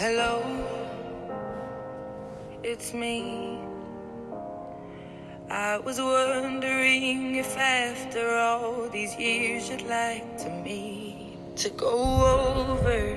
Hello, it's me. I was wondering if after all these years you'd like to me to go over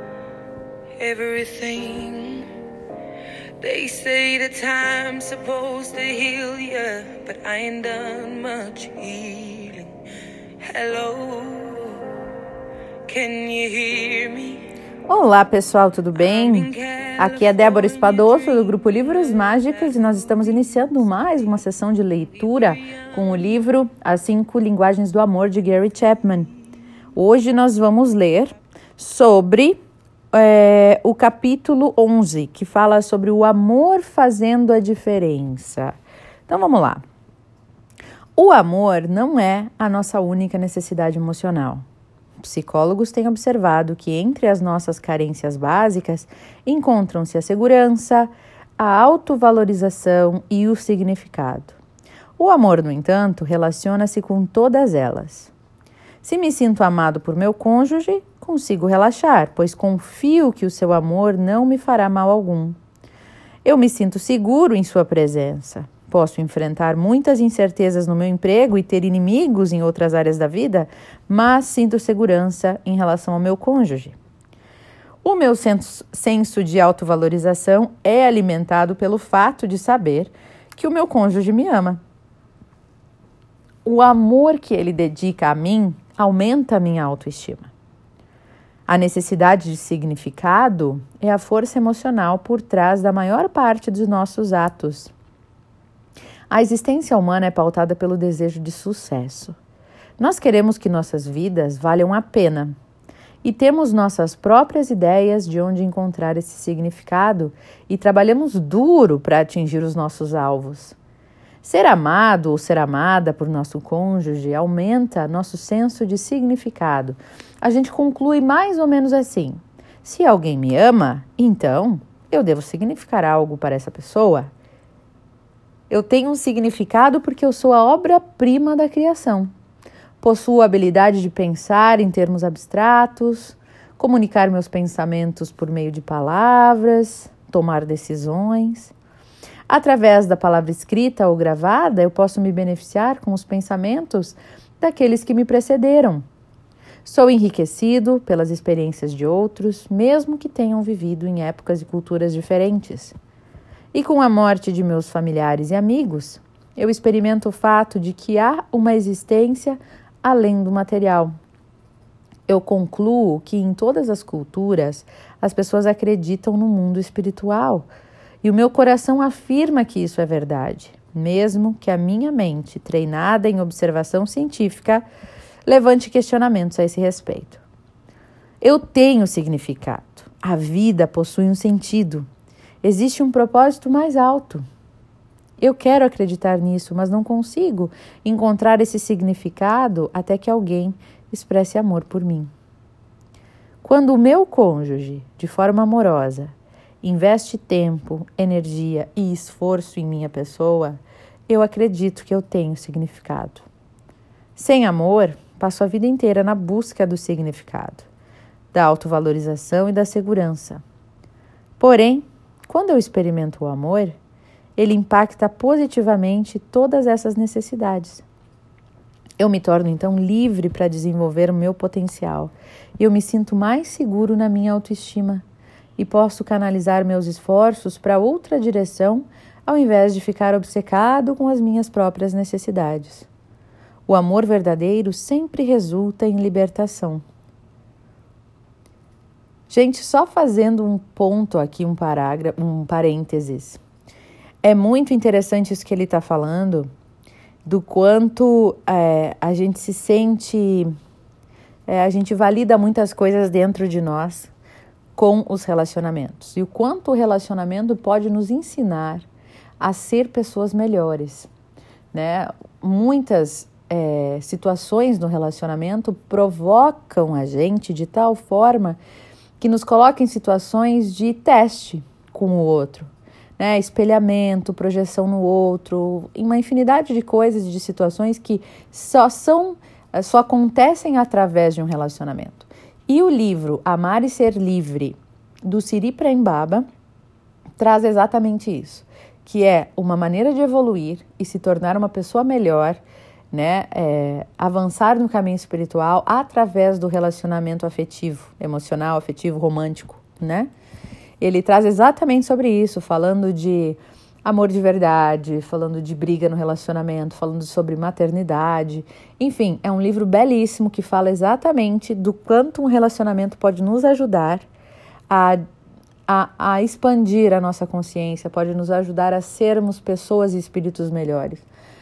everything. They say the time's supposed to heal ya, but I ain't done much healing. Hello, can you hear me? Olá pessoal, tudo bem? Aqui é Débora Espadoto do Grupo Livros Mágicos e nós estamos iniciando mais uma sessão de leitura com o livro As 5 Linguagens do Amor de Gary Chapman. Hoje nós vamos ler sobre o capítulo 11, que fala sobre o amor fazendo a diferença. Então vamos lá. O amor não é a nossa única necessidade emocional. Psicólogos têm observado que entre as nossas carências básicas encontram-se a segurança, a autovalorização e o significado. O amor, no entanto, relaciona-se com todas elas. Se me sinto amado por meu cônjuge, consigo relaxar, pois confio que o seu amor não me fará mal algum. Eu me sinto seguro em sua presença. Posso enfrentar muitas incertezas no meu emprego e ter inimigos em outras áreas da vida, mas sinto segurança em relação ao meu cônjuge. O meu senso de autovalorização é alimentado pelo fato de saber que o meu cônjuge me ama. O amor que ele dedica a mim aumenta a minha autoestima. A necessidade de significado é a força emocional por trás da maior parte dos nossos atos. A existência humana é pautada pelo desejo de sucesso. Nós queremos que nossas vidas valham a pena e temos nossas próprias ideias de onde encontrar esse significado e trabalhamos duro para atingir os nossos alvos. Ser amado ou ser amada por nosso cônjuge aumenta nosso senso de significado. A gente conclui mais ou menos assim: se alguém me ama, então eu devo significar algo para essa pessoa. Eu tenho um significado porque eu sou a obra-prima da criação. Possuo a habilidade de pensar em termos abstratos, comunicar meus pensamentos por meio de palavras, tomar decisões. Através da palavra escrita ou gravada, eu posso me beneficiar com os pensamentos daqueles que me precederam. Sou enriquecido pelas experiências de outros, mesmo que tenham vivido em épocas e culturas diferentes. E com a morte de meus familiares e amigos, eu experimento o fato de que há uma existência além do material. Eu concluo que em todas as culturas as pessoas acreditam no mundo espiritual e o meu coração afirma que isso é verdade, mesmo que a minha mente, treinada em observação científica, levante questionamentos a esse respeito. Eu tenho significado. A vida possui um sentido. Existe um propósito mais alto. Eu quero acreditar nisso, mas não consigo encontrar esse significado até que alguém expresse amor por mim. Quando o meu cônjuge, de forma amorosa, investe tempo, energia e esforço em minha pessoa, eu acredito que eu tenho significado. Sem amor, passo a vida inteira na busca do significado, da autovalorização e da segurança. Porém, quando eu experimento o amor, ele impacta positivamente todas essas necessidades. Eu me torno então livre para desenvolver o meu potencial. Eu me sinto mais seguro na minha autoestima e posso canalizar meus esforços para outra direção ao invés de ficar obcecado com as minhas próprias necessidades. O amor verdadeiro sempre resulta em libertação. Gente, só fazendo um ponto aqui, um parênteses. É muito interessante isso que ele está falando, do quanto a gente se sente, a gente valida muitas coisas dentro de nós com os relacionamentos. E o quanto o relacionamento pode nos ensinar a ser pessoas melhores, né? Muitas situações no relacionamento provocam a gente de tal forma que nos coloca em situações de teste com o outro, né? Espelhamento, projeção no outro, uma infinidade de coisas, de situações que só acontecem através de um relacionamento. E o livro Amar e Ser Livre, do Siri Prembaba traz exatamente isso, que é uma maneira de evoluir e se tornar uma pessoa melhor, né? Avançar no caminho espiritual através do relacionamento afetivo, emocional, afetivo, romântico, né? Ele traz exatamente sobre isso, falando de amor de verdade, falando de briga no relacionamento, falando sobre maternidade. Enfim, é um livro belíssimo que fala exatamente do quanto um relacionamento pode nos ajudar a expandir a nossa consciência, pode nos ajudar a sermos pessoas e espíritos melhores.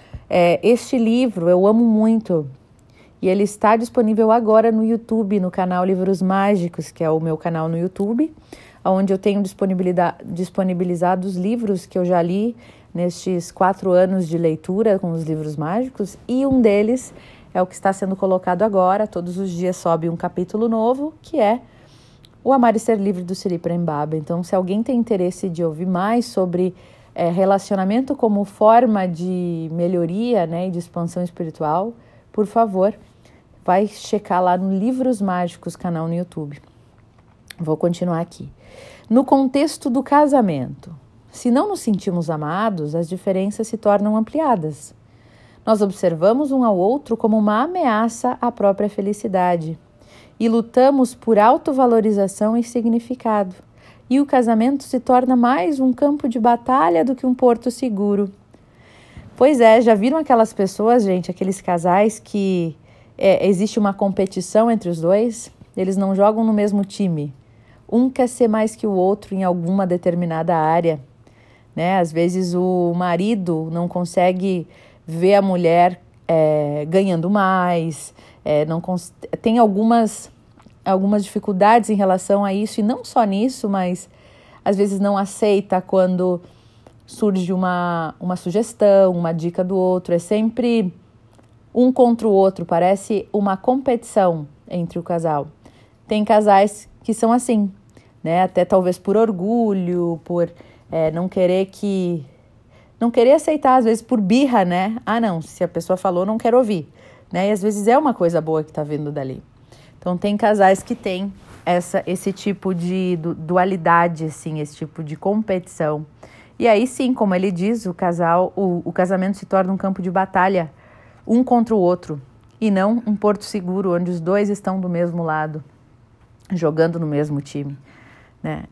Este livro eu amo muito e ele está disponível agora no YouTube, no canal Livros Mágicos, que é o meu canal no YouTube, onde eu tenho disponibilizado os livros que eu já li nestes 4 anos de leitura com os livros mágicos, e um deles é o que está sendo colocado agora. Todos os dias sobe um capítulo novo, que é O Amar e Ser Livre, do Siri Prembaba. Então, se alguém tem interesse de ouvir mais sobre relacionamento como forma de melhoria, né, e de expansão espiritual, por favor, vai checar lá no Livros Mágicos, canal no YouTube. Vou continuar aqui. No contexto do casamento, se não nos sentimos amados, as diferenças se tornam ampliadas. Nós observamos um ao outro como uma ameaça à própria felicidade e lutamos por autovalorização e significado. E o casamento se torna mais um campo de batalha do que um porto seguro. Pois é, já viram aquelas pessoas, gente, aqueles casais que existe uma competição entre os dois? Eles não jogam no mesmo time. Um quer ser mais que o outro em alguma determinada área, né? Às vezes o marido não consegue ver a mulher ganhando mais, tem algumas dificuldades em relação a isso, e não só nisso, mas às vezes não aceita quando surge uma sugestão, uma dica do outro. É sempre um contra o outro, parece uma competição entre o casal. Tem casais que são assim, né? Até talvez por orgulho, por não querer aceitar, às vezes por birra, né? Ah, não, se a pessoa falou, não quero ouvir, né? E às vezes é uma coisa boa que está vindo dali. Então tem casais que têm esse tipo de dualidade, assim, esse tipo de competição. E aí sim, como ele diz, o casamento se torna um campo de batalha, um contra o outro, e não um porto seguro, onde os dois estão do mesmo lado, jogando no mesmo time, né?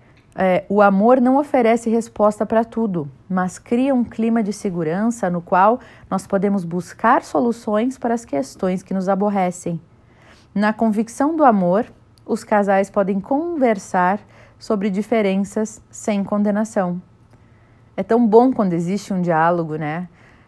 O amor não oferece resposta para tudo, mas cria um clima de segurança no qual nós podemos buscar soluções para as questões que nos aborrecem. Na convicção do amor, os casais podem conversar sobre diferenças sem condenação. É tão bom quando existe um diálogo, né?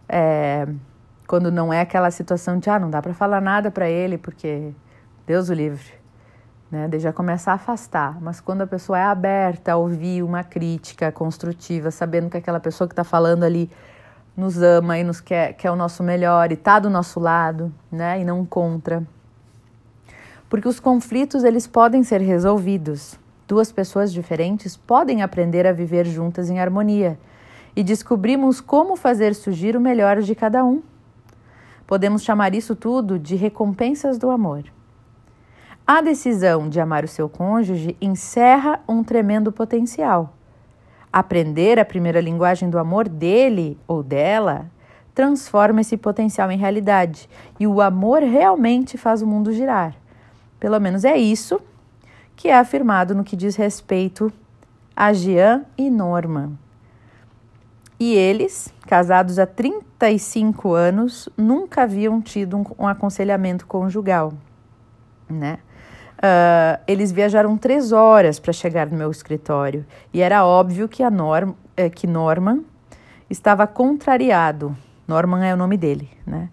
Quando não é aquela situação de não dá para falar nada para ele porque Deus o livre, né? De já começar a afastar. Mas quando a pessoa é aberta a ouvir uma crítica construtiva, sabendo que aquela pessoa que está falando ali nos ama e nos quer o nosso melhor e está do nosso lado, né? E não contra. Porque os conflitos, eles podem ser resolvidos. 2 pessoas diferentes podem aprender a viver juntas em harmonia e descobrimos como fazer surgir o melhor de cada um. Podemos chamar isso tudo de recompensas do amor. A decisão de amar o seu cônjuge encerra um tremendo potencial. Aprender a primeira linguagem do amor dele ou dela transforma esse potencial em realidade, e o amor realmente faz o mundo girar. Pelo menos é isso que é afirmado no que diz respeito a Jean e Norman. E eles, casados há 35 anos, nunca haviam tido um aconselhamento conjugal, né? Eles viajaram 3 horas para chegar no meu escritório e era óbvio que Norman estava contrariado. Norman é o nome dele, né?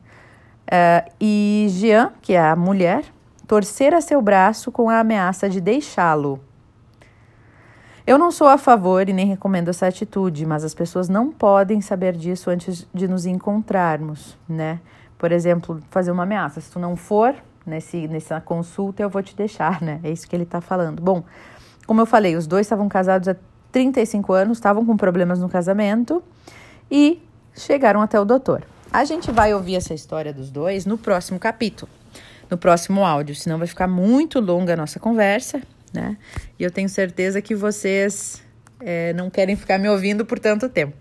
E Jean, que é a mulher, torcera seu braço com a ameaça de deixá-lo. Eu não sou a favor e nem recomendo essa atitude, mas as pessoas não podem saber disso antes de nos encontrarmos, né? Por exemplo, fazer uma ameaça. Se tu não for nessa consulta, eu vou te deixar, né? É isso que ele está falando. Bom, como eu falei, os 2 estavam casados há 35 anos, estavam com problemas no casamento e chegaram até o doutor. A gente vai ouvir essa história dos 2 no próximo capítulo, no próximo áudio, senão vai ficar muito longa a nossa conversa, né? E eu tenho certeza que vocês não querem ficar me ouvindo por tanto tempo.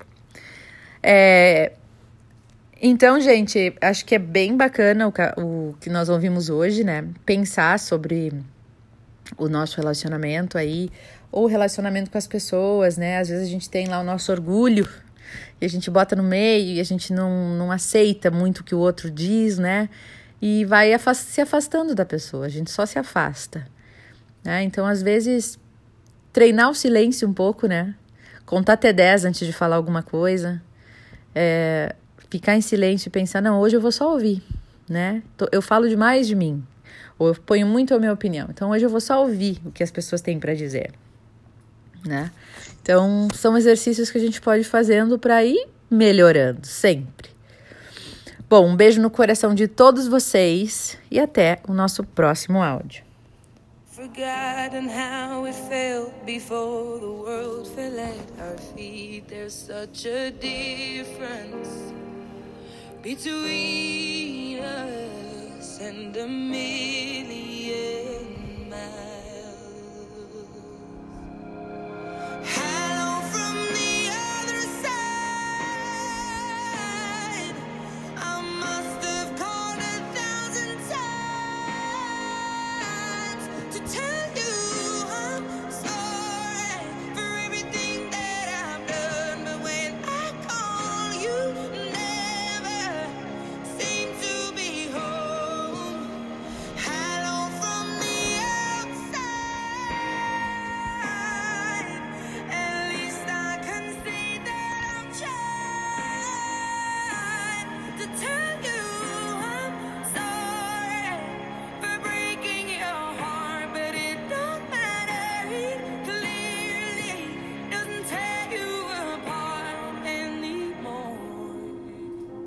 Então, gente, acho que é bem bacana o que nós ouvimos hoje, né? Pensar sobre o nosso relacionamento aí, ou o relacionamento com as pessoas, né? Às vezes a gente tem lá o nosso orgulho e a gente bota no meio e a gente não aceita muito o que o outro diz, né? E vai se afastando da pessoa, a gente só se afasta, né? Então, às vezes, treinar o silêncio um pouco, né? Contar até 10 antes de falar alguma coisa, ficar em silêncio e pensar, não, hoje eu vou só ouvir, né? Eu falo demais de mim, ou eu ponho muito a minha opinião, então hoje eu vou só ouvir o que as pessoas têm para dizer, né? Então, são exercícios que a gente pode ir fazendo para ir melhorando, sempre. Bom, um beijo no coração de todos vocês e até o nosso próximo áudio. Forgotten how it felt before the world fell at our feet. There's such a difference between us and a million.